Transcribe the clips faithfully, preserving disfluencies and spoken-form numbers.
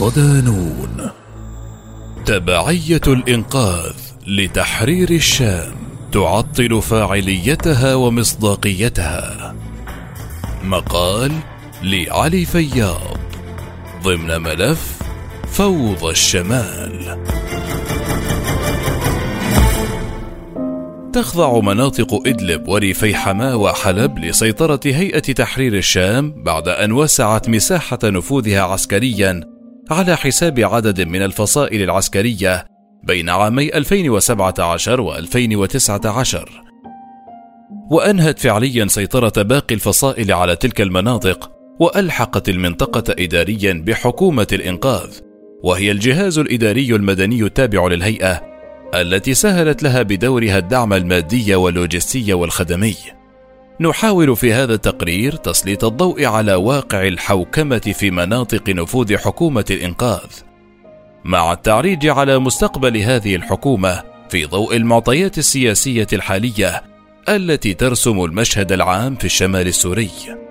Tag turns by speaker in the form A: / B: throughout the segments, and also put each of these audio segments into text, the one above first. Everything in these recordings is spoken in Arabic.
A: صدانون. تبعية الإنقاذ لتحرير الشام تعطل فاعليتها ومصداقيتها. مقال لعلي فياض ضمن ملف فوضى الشمال. تخضع مناطق إدلب وريفي حماة وحلب لسيطرة هيئة تحرير الشام بعد أن وسعت مساحة نفوذها عسكريا على حساب عدد من الفصائل العسكرية بين عامي ألفين وسبعة عشر وألفين وتسعة عشر، وأنهت فعليا سيطرة باقي الفصائل على تلك المناطق، وألحقت المنطقة إداريا بحكومة الإنقاذ، وهي الجهاز الإداري المدني التابع للهيئة التي سهلت لها بدورها الدعم المادي واللوجستي والخدمي. نحاول في هذا التقرير تسليط الضوء على واقع الحوكمة في مناطق نفوذ حكومة الإنقاذ، مع التعريج على مستقبل هذه الحكومة في ضوء المعطيات السياسية الحالية التي ترسم المشهد العام في الشمال السوري.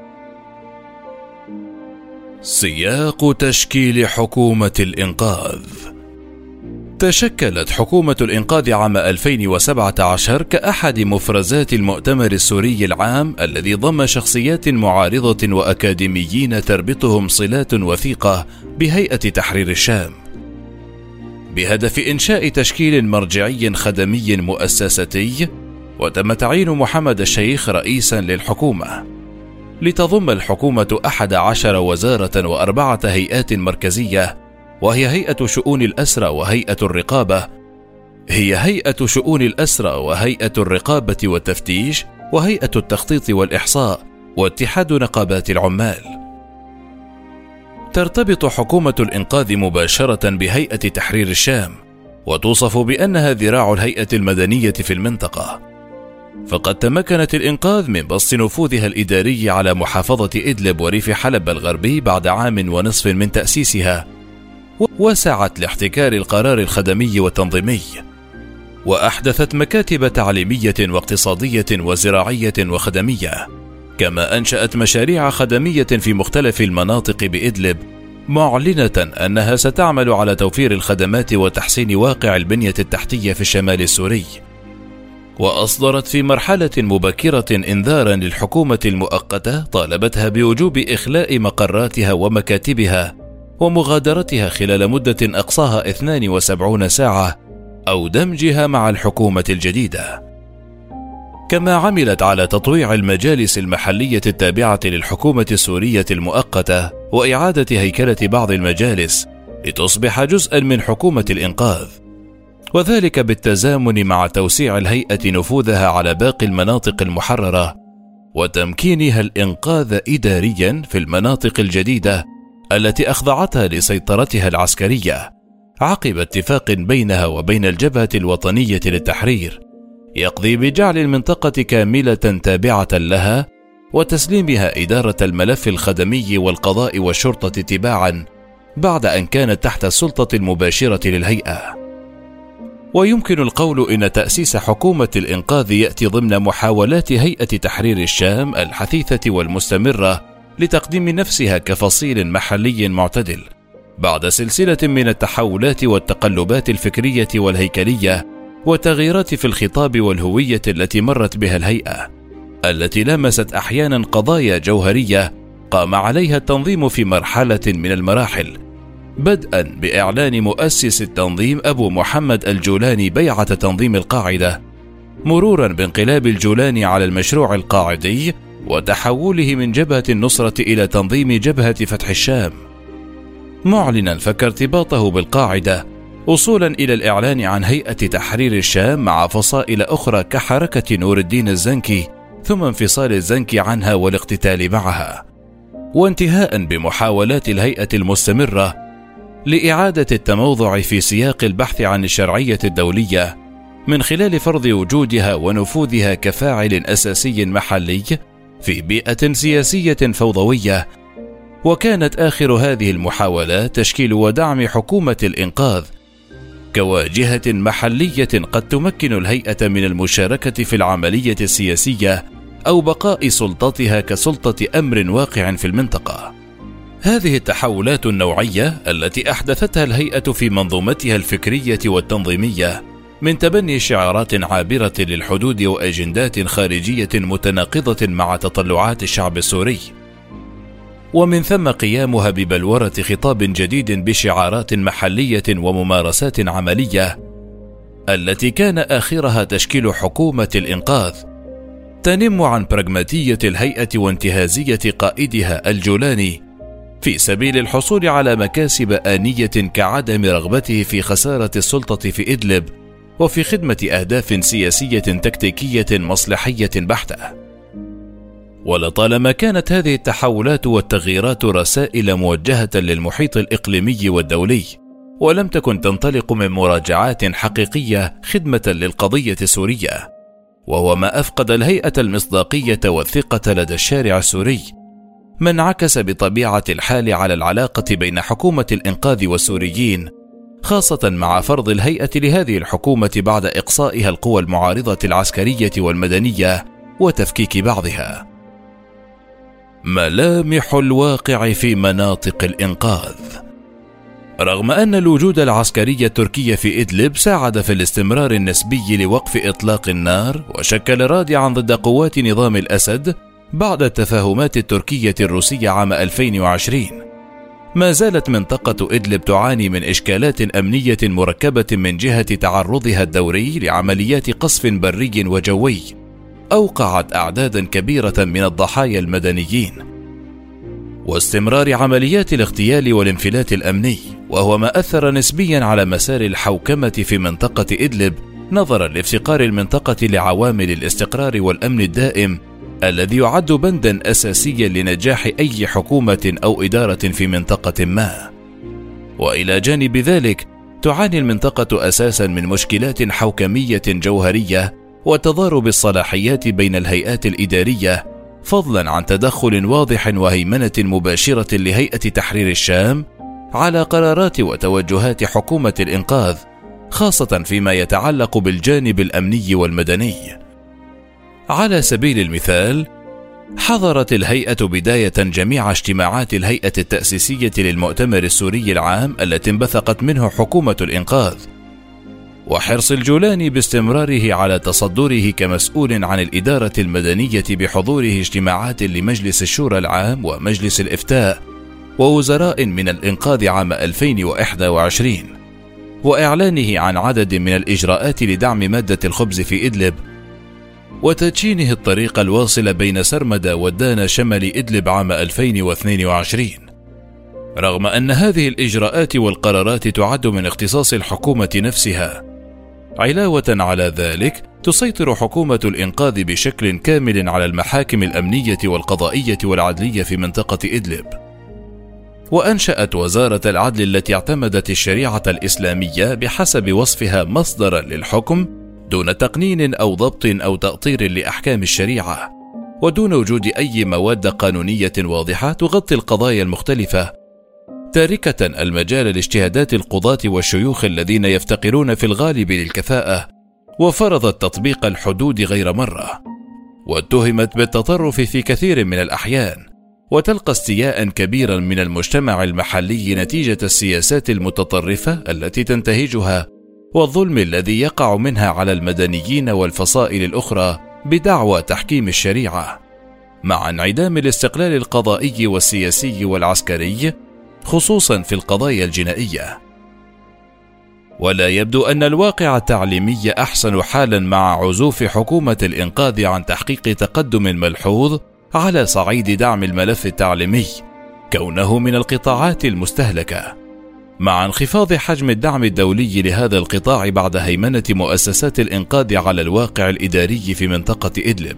A: سياق تشكيل حكومة الإنقاذ. تشكلت حكومة الإنقاذ عام ألفين وسبعة عشر كأحد مفرزات المؤتمر السوري العام الذي ضم شخصيات معارضة وأكاديميين تربطهم صلات وثيقة بهيئة تحرير الشام، بهدف إنشاء تشكيل مرجعي خدمي مؤسساتي. وتم تعيين محمد الشيخ رئيسا للحكومة، لتضم الحكومة أحد عشر وزارة وأربعة هيئات مركزية، وهي هيئة شؤون الأسرى وهيئة الرقابة هي هيئة شؤون الأسرى وهيئة الرقابة والتفتيش وهيئة التخطيط والإحصاء واتحاد نقابات العمال. ترتبط حكومة الإنقاذ مباشرة بهيئة تحرير الشام، وتوصف بأنها ذراع الهيئة المدنية في المنطقة، فقد تمكنت الإنقاذ من بسط نفوذها الإداري على محافظة إدلب وريف حلب الغربي بعد عام ونصف من تأسيسها، وسعت لاحتكار القرار الخدمي والتنظيمي، وأحدثت مكاتب تعليمية واقتصادية وزراعية وخدمية، كما أنشأت مشاريع خدمية في مختلف المناطق بإدلب، معلنة أنها ستعمل على توفير الخدمات وتحسين واقع البنية التحتية في الشمال السوري. وأصدرت في مرحلة مبكرة إنذارا للحكومة المؤقتة طالبتها بوجوب إخلاء مقراتها ومكاتبها ومغادرتها خلال مدة أقصاها اثنتين وسبعين ساعة أو دمجها مع الحكومة الجديدة. كما عملت على تطويع المجالس المحلية التابعة للحكومة السورية المؤقتة وإعادة هيكلة بعض المجالس لتصبح جزءا من حكومة الإنقاذ، وذلك بالتزامن مع توسيع الهيئة نفوذها على باقي المناطق المحررة وتمكينها الإنقاذ إداريا في المناطق الجديدة التي أخضعتها لسيطرتها العسكرية عقب اتفاق بينها وبين الجبهة الوطنية للتحرير يقضي بجعل المنطقة كاملة تابعة لها وتسليمها إدارة الملف الخدمي والقضاء والشرطة تباعا بعد أن كانت تحت السلطة المباشرة للهيئة. ويمكن القول إن تأسيس حكومة الإنقاذ يأتي ضمن محاولات هيئة تحرير الشام الحثيثة والمستمرة لتقديم نفسها كفصيل محلي معتدل بعد سلسلة من التحولات والتقلبات الفكرية والهيكلية وتغييرات في الخطاب والهوية التي مرت بها الهيئة، التي لمست أحيانا قضايا جوهرية قام عليها التنظيم في مرحلة من المراحل، بدءا بإعلان مؤسس التنظيم أبو محمد الجولاني بيعة تنظيم القاعدة، مرورا بانقلاب الجولاني على المشروع القاعدي وتحوله من جبهة النصرة إلى تنظيم جبهة فتح الشام، معلنا فك ارتباطه بالقاعدة، وصولا إلى الإعلان عن هيئة تحرير الشام مع فصائل أخرى كحركة نور الدين الزنكي، ثم انفصال الزنكي عنها والاقتتال معها، وانتهاء بمحاولات الهيئة المستمرة لإعادة التموضع في سياق البحث عن الشرعية الدولية من خلال فرض وجودها ونفوذها كفاعل أساسي محلي في بيئة سياسية فوضوية. وكانت آخر هذه المحاولات تشكيل ودعم حكومة الإنقاذ كواجهة محلية قد تمكن الهيئة من المشاركة في العملية السياسية أو بقاء سلطتها كسلطة أمر واقع في المنطقة. هذه التحولات النوعية التي أحدثتها الهيئة في منظومتها الفكرية والتنظيمية من تبني شعارات عابرة للحدود وأجندات خارجية متناقضة مع تطلعات الشعب السوري، ومن ثم قيامها ببلورة خطاب جديد بشعارات محلية وممارسات عملية التي كان آخرها تشكيل حكومة الإنقاذ تنم عن براغماتية الهيئة وانتهازية قائدها الجولاني في سبيل الحصول على مكاسب آنية كعدم رغبته في خسارة السلطة في إدلب وفي خدمة أهداف سياسية تكتيكية مصلحية بحتة. ولطالما كانت هذه التحولات والتغييرات رسائل موجهة للمحيط الإقليمي والدولي، ولم تكن تنطلق من مراجعات حقيقية خدمة للقضية السورية، وهو ما أفقد الهيئة المصداقية والثقة لدى الشارع السوري، ما انعكس بطبيعة الحال على العلاقة بين حكومة الإنقاذ والسوريين، خاصة مع فرض الهيئة لهذه الحكومة بعد إقصائها القوى المعارضة العسكرية والمدنية وتفكيك بعضها. ملامح الواقع في مناطق الإنقاذ. رغم أن الوجود العسكري التركي في إدلب ساعد في الاستمرار النسبي لوقف إطلاق النار وشكل رادعا ضد قوات نظام الأسد بعد التفاهمات التركية الروسية عام ألفين وعشرين، ما زالت منطقة إدلب تعاني من إشكالات أمنية مركبة من جهة تعرضها الدوري لعمليات قصف بري وجوي أوقعت أعدادا كبيرة من الضحايا المدنيين، واستمرار عمليات الاغتيال والانفلات الأمني، وهو ما أثر نسبيا على مسار الحوكمة في منطقة إدلب نظرا لافتقار المنطقة لعوامل الاستقرار والأمن الدائم الذي يعد بندا أساسيا لنجاح أي حكومة أو إدارة في منطقة ما. وإلى جانب ذلك تعاني المنطقة أساسا من مشكلات حوكمية جوهرية وتضارب الصلاحيات بين الهيئات الإدارية، فضلا عن تدخل واضح وهيمنة مباشرة لهيئة تحرير الشام على قرارات وتوجهات حكومة الإنقاذ، خاصة فيما يتعلق بالجانب الأمني والمدني. على سبيل المثال، حظرت الهيئة بداية جميع اجتماعات الهيئة التأسيسية للمؤتمر السوري العام التي انبثقت منه حكومة الإنقاذ، وحرص الجولاني باستمراره على تصدره كمسؤول عن الإدارة المدنية بحضوره اجتماعات لمجلس الشورى العام ومجلس الإفتاء ووزراء من الإنقاذ عام ألفين وإحدى وعشرين، وإعلانه عن عدد من الإجراءات لدعم مادة الخبز في إدلب، وتدشينه الطريق الواصل بين سرمدة ودان شمال إدلب عام ألفين واثنين وعشرين. رغم أن هذه الإجراءات والقرارات تعد من اختصاص الحكومة نفسها، علاوة على ذلك تسيطر حكومة الإنقاذ بشكل كامل على المحاكم الأمنية والقضائية والعدلية في منطقة إدلب، وأنشأت وزارة العدل التي اعتمدت الشريعة الإسلامية بحسب وصفها مصدرا للحكم دون تقنين أو ضبط أو تأطير لأحكام الشريعة، ودون وجود أي مواد قانونية واضحة تغطي القضايا المختلفة، تاركة المجال لاجتهادات القضاة والشيوخ الذين يفتقرون في الغالب للكفاءة، وفرضت تطبيق الحدود غير مرة، واتهمت بالتطرف في كثير من الأحيان، وتلقى استياء كبيرا من المجتمع المحلي نتيجة السياسات المتطرفة التي تنتهجها والظلم الذي يقع منها على المدنيين والفصائل الأخرى بدعوى تحكيم الشريعة، مع انعدام الاستقلال القضائي والسياسي والعسكري خصوصا في القضايا الجنائية. ولا يبدو أن الواقع التعليمي أحسن حالا مع عزوف حكومة الإنقاذ عن تحقيق تقدم ملحوظ على صعيد دعم الملف التعليمي، كونه من القطاعات المستهلكة، مع انخفاض حجم الدعم الدولي لهذا القطاع بعد هيمنة مؤسسات الإنقاذ على الواقع الإداري في منطقة إدلب،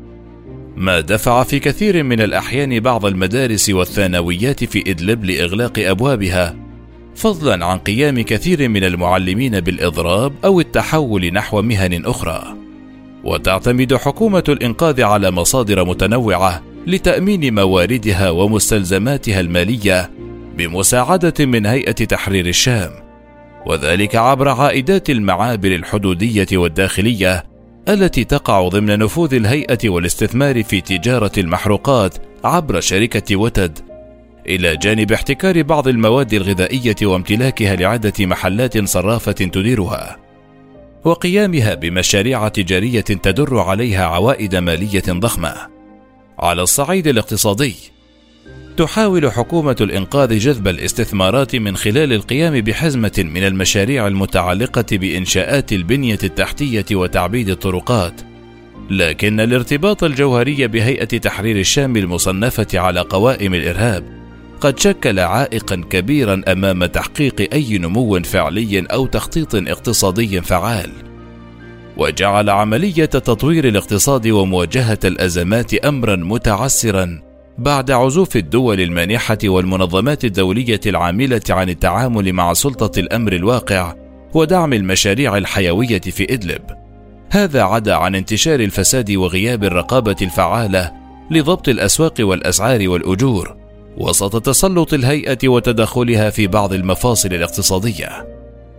A: ما دفع في كثير من الأحيان بعض المدارس والثانويات في إدلب لإغلاق أبوابها، فضلا عن قيام كثير من المعلمين بالإضراب أو التحول نحو مهن أخرى. وتعتمد حكومة الإنقاذ على مصادر متنوعة لتأمين مواردها ومستلزماتها المالية بمساعدة من هيئة تحرير الشام، وذلك عبر عائدات المعابر الحدودية والداخلية التي تقع ضمن نفوذ الهيئة والاستثمار في تجارة المحروقات عبر شركة وتد، إلى جانب احتكار بعض المواد الغذائية وامتلاكها لعدة محلات صرافة تديرها، وقيامها بمشاريع تجارية تدر عليها عوائد مالية ضخمة. على الصعيد الاقتصادي، تحاول حكومة الإنقاذ جذب الاستثمارات من خلال القيام بحزمة من المشاريع المتعلقة بإنشاءات البنية التحتية وتعبيد الطرقات، لكن الارتباط الجوهري بهيئة تحرير الشام المصنفة على قوائم الإرهاب قد شكل عائقا كبيرا أمام تحقيق أي نمو فعلي أو تخطيط اقتصادي فعال، وجعل عملية تطوير الاقتصاد ومواجهة الأزمات أمرا متعسرا بعد عزوف الدول المانحة والمنظمات الدولية العاملة عن التعامل مع سلطة الأمر الواقع ودعم المشاريع الحيوية في إدلب. هذا عدا عن انتشار الفساد وغياب الرقابة الفعالة لضبط الأسواق والأسعار والأجور وسط تسلط الهيئة وتدخلها في بعض المفاصل الاقتصادية.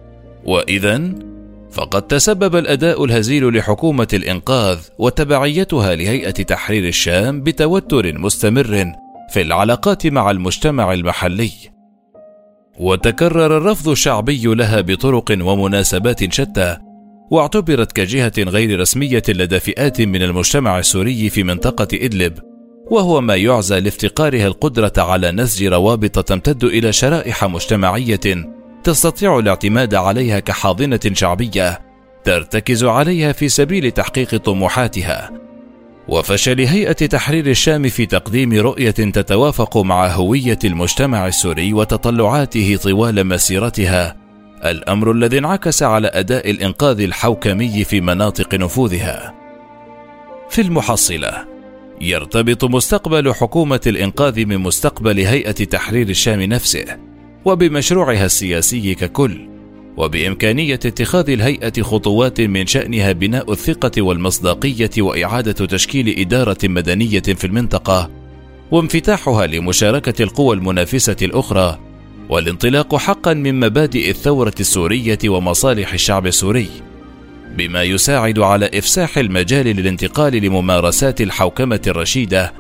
A: وإذن فقد تسبب الأداء الهزيل لحكومة الإنقاذ وتبعيتها لهيئة تحرير الشام بتوتر مستمر في العلاقات مع المجتمع المحلي، وتكرر الرفض الشعبي لها بطرق ومناسبات شتى، واعتبرت كجهة غير رسمية لدى فئات من المجتمع السوري في منطقة إدلب، وهو ما يعزى لافتقارها القدرة على نسج روابط تمتد إلى شرائح مجتمعية تستطيع الاعتماد عليها كحاضنة شعبية ترتكز عليها في سبيل تحقيق طموحاتها. وفشل هيئة تحرير الشام في تقديم رؤية تتوافق مع هوية المجتمع السوري وتطلعاته طوال مسيرتها، الأمر الذي انعكس على أداء الإنقاذ الحوكمي في مناطق نفوذها. في المحصلة، يرتبط مستقبل حكومة الإنقاذ من مستقبل هيئة تحرير الشام نفسه وبمشروعها السياسي ككل، وبإمكانية اتخاذ الهيئة خطوات من شأنها بناء الثقة والمصداقية وإعادة تشكيل إدارة مدنية في المنطقة، وانفتاحها لمشاركة القوى المنافسة الأخرى، والانطلاق حقا من مبادئ الثورة السورية ومصالح الشعب السوري، بما يساعد على إفساح المجال للانتقال لممارسات الحوكمة الرشيدة.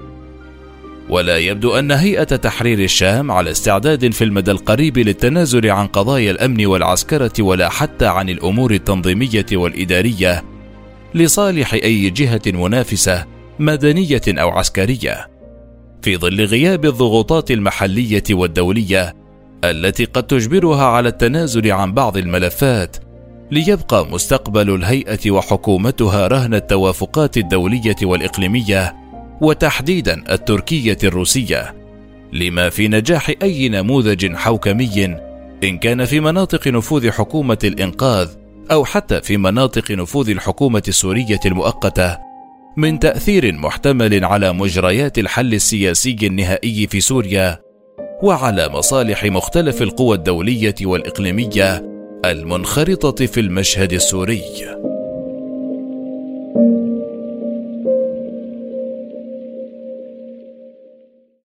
A: ولا يبدو أن هيئة تحرير الشام على استعداد في المدى القريب للتنازل عن قضايا الأمن والعسكرة ولا حتى عن الأمور التنظيمية والإدارية لصالح أي جهة منافسة مدنية أو عسكرية، في ظل غياب الضغوطات المحلية والدولية التي قد تجبرها على التنازل عن بعض الملفات، ليبقى مستقبل الهيئة وحكومتها رهن التوافقات الدولية والإقليمية، وتحديدا التركية الروسية، لما في نجاح أي نموذج حوكمي إن كان في مناطق نفوذ حكومة الإنقاذ أو حتى في مناطق نفوذ الحكومة السورية المؤقتة من تأثير محتمل على مجريات الحل السياسي النهائي في سوريا وعلى مصالح مختلف القوى الدولية والإقليمية المنخرطة في المشهد السوري.